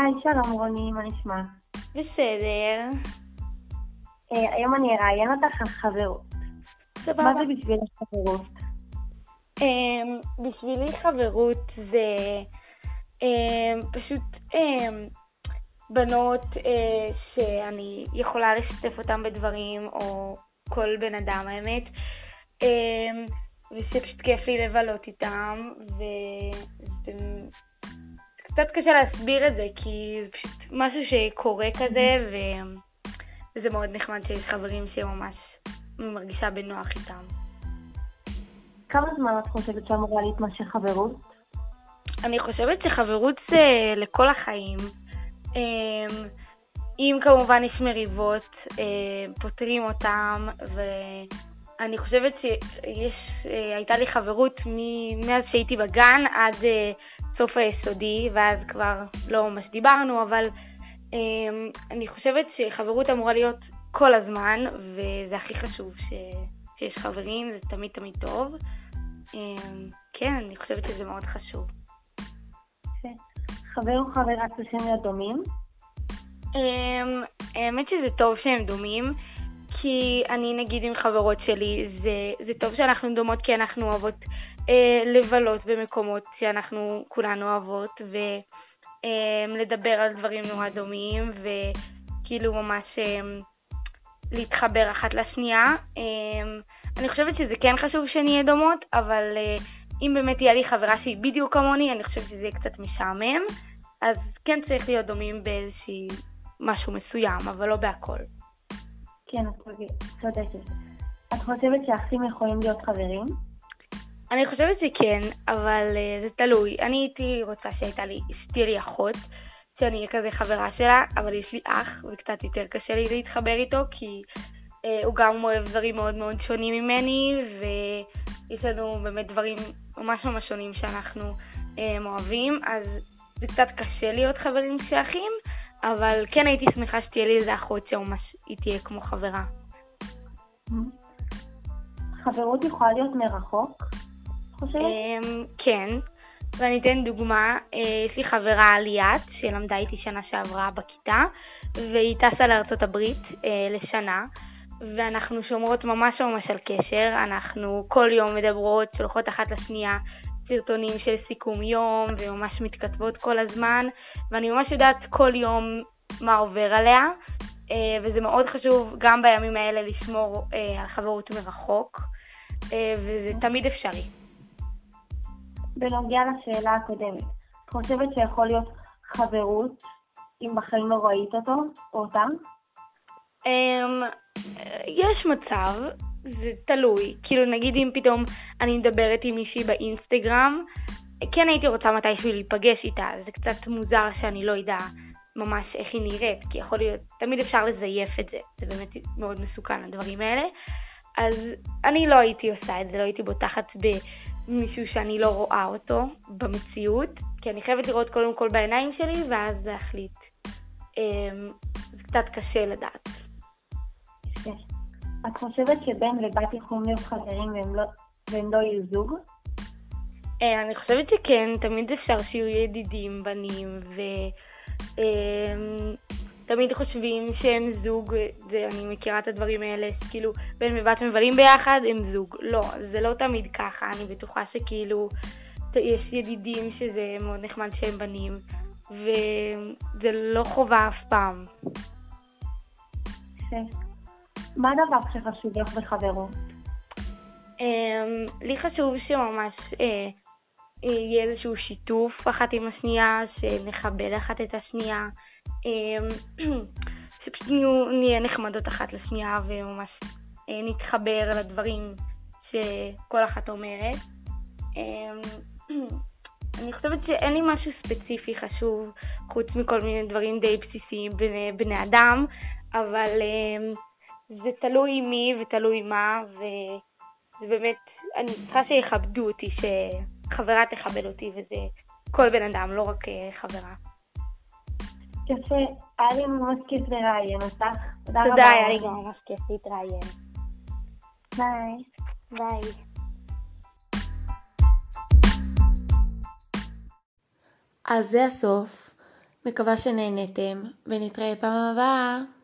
היי, שלום רוני, מה נשמע? בסדר. היום אני אראיין אותך על חברות. סבבה. מה זה בשביל חברות? בשבילי חברות זה פשוט בנות שאני יכולה לשתף אותם בדברים, או כל בן אדם האמת, ושפשוט כיף לי לבלות איתם, וזה קצת קשה להסביר את זה, כי זה פשוט משהו שקורה כזה, וזה מאוד נחמד שיש חברים שממש מרגישה בנוח איתם. כמה זמן את חושבת שאמורה להתמשך חברות? אני חושבת שחברות זה לכל החיים. אם כמובן יש מריבות, פותרים אותם, ואני חושבת שהייתה לי חברות מאז שהייתי בגן עד סוף היסודי, ואז כבר לא ממש דיברנו, אבל אני חושבת שחברות אמורה להיות כל הזמן, וזה הכי חשוב שיש חברים, זה תמיד תמיד טוב. כן, אני חושבת שזה מאוד חשוב. חבר או חברה צריכים להיות דומים? האמת שזה טוב שהם דומים, כי אני נגיד עם חברות שלי, זה טוב שאנחנו דומות, כי אנחנו אוהבות לבלות במקומות שאנחנו כולנו אוהבות, ולדבר על דברים נורא דומים, וכאילו ממש להתחבר אחת לשנייה. אני חושבת שזה כן חשוב שנהיה דומות, אבל אם באמת תהיה לי חברה שהיא בדיוק כמוני, אני חושבת שזה יהיה קצת משעמם, אז כן צריך להיות דומים באיזושהי משהו מסוים, אבל לא בהכל. כן, את צודקת. את חושבת שאחים יכולים להיות חברים? אני חושבת שכן, אבל זה תלוי. אני הייתי רוצה שתהיה לי אחות, שאני אהיה כזה חברה שלה, אבל יש לי אח, וקצת יותר קשה לי להתחבר איתו, כי הוא גם אוהב דברים מאוד מאוד שונים ממני, ויש לנו באמת דברים ממש ממש שונים שאנחנו אוהבים, אז זה קצת קשה להיות חברים כשאחים, אבל כן הייתי שמחה שתהיה לי איזה אחות שממש היא תהיה כמו חברה. חברות יכולה להיות מרחוק? חושבת? כן, ואני אתן דוגמה. יש לי חברה ליאת שלמדה איתי שנה שעברה בכיתה, והיא טסה לארצות הברית לשנה, ואנחנו שומרות ממש ממש על קשר. אנחנו כל יום מדברות, שולחות אחת לשנייה סרטונים של סיכום יום, וממש מתכתבות כל הזמן, ואני ממש יודעת כל יום מה עובר עליה, וזה מאוד חשוב גם בימים האלה לשמור על חברות מרחוק, וזה תמיד אפשרי. בנוגע לשאלה הקודמת, את חושבת שיכול להיות חברות אם בחיים לא ראית אותו או אותם? יש מצב, זה תלוי. כאילו נגיד אם פתאום אני מדברת עם מישהי באינסטגרם, כן הייתי רוצה מתישהו להיפגש איתה. זה קצת מוזר שאני לא יודע ממש איך היא נראית, כי יכול להיות, תמיד אפשר לזייף את זה. זה באמת מאוד מסוכן הדברים האלה. אז אני לא הייתי עושה את זה, לא הייתי בוטחת במישהו שאני לא רואה אותו במציאות, כי אני חייבת לראות קודם כל בעיניים שלי, ואז להחליט. זה קצת קשה לדעת. את חושבת שבן ובת יכולים להיות חברים והם לא יהיו זוג? אני חושבת שכן, תמיד אפשר שיהיו ידידים בנים, ותמיד חושבים שהם זוג, אני מכירה את הדברים האלה, כאילו בן ובת מבלים ביחד, הם זוג. לא, זה לא תמיד ככה, אני בטוחה שכאילו יש ידידים שזה מאוד נחמד שהם בנים, וזה לא חובה אף פעם. מה הדבר שחשוב לך בחברות? לי חשוב שממש יהיה איזשהו שיתוף אחת עם השנייה, שנחבל אחת את השנייה, שפשוט נהיה נחמדות אחת לשנייה וממש נתחבר לדברים שכל אחת אומרת. אני חושבת שאין לי משהו ספציפי חשוב חוץ מכל מיני דברים די בסיסיים בני אדם, אבל זה תלוי מי ותלוי מה, וזה באמת, אני צריכה שיכבדו אותי, שחברה תכבד אותי, וזה כל בן אדם, לא רק חברה. יפה, היה לי ממש כיף לראיין אותך. תודה, היה לי גם ממש כיף להתראיין. ביי. ביי. אז זה הסוף. מקווה שנהנתם, ונתראה פעם הבאה.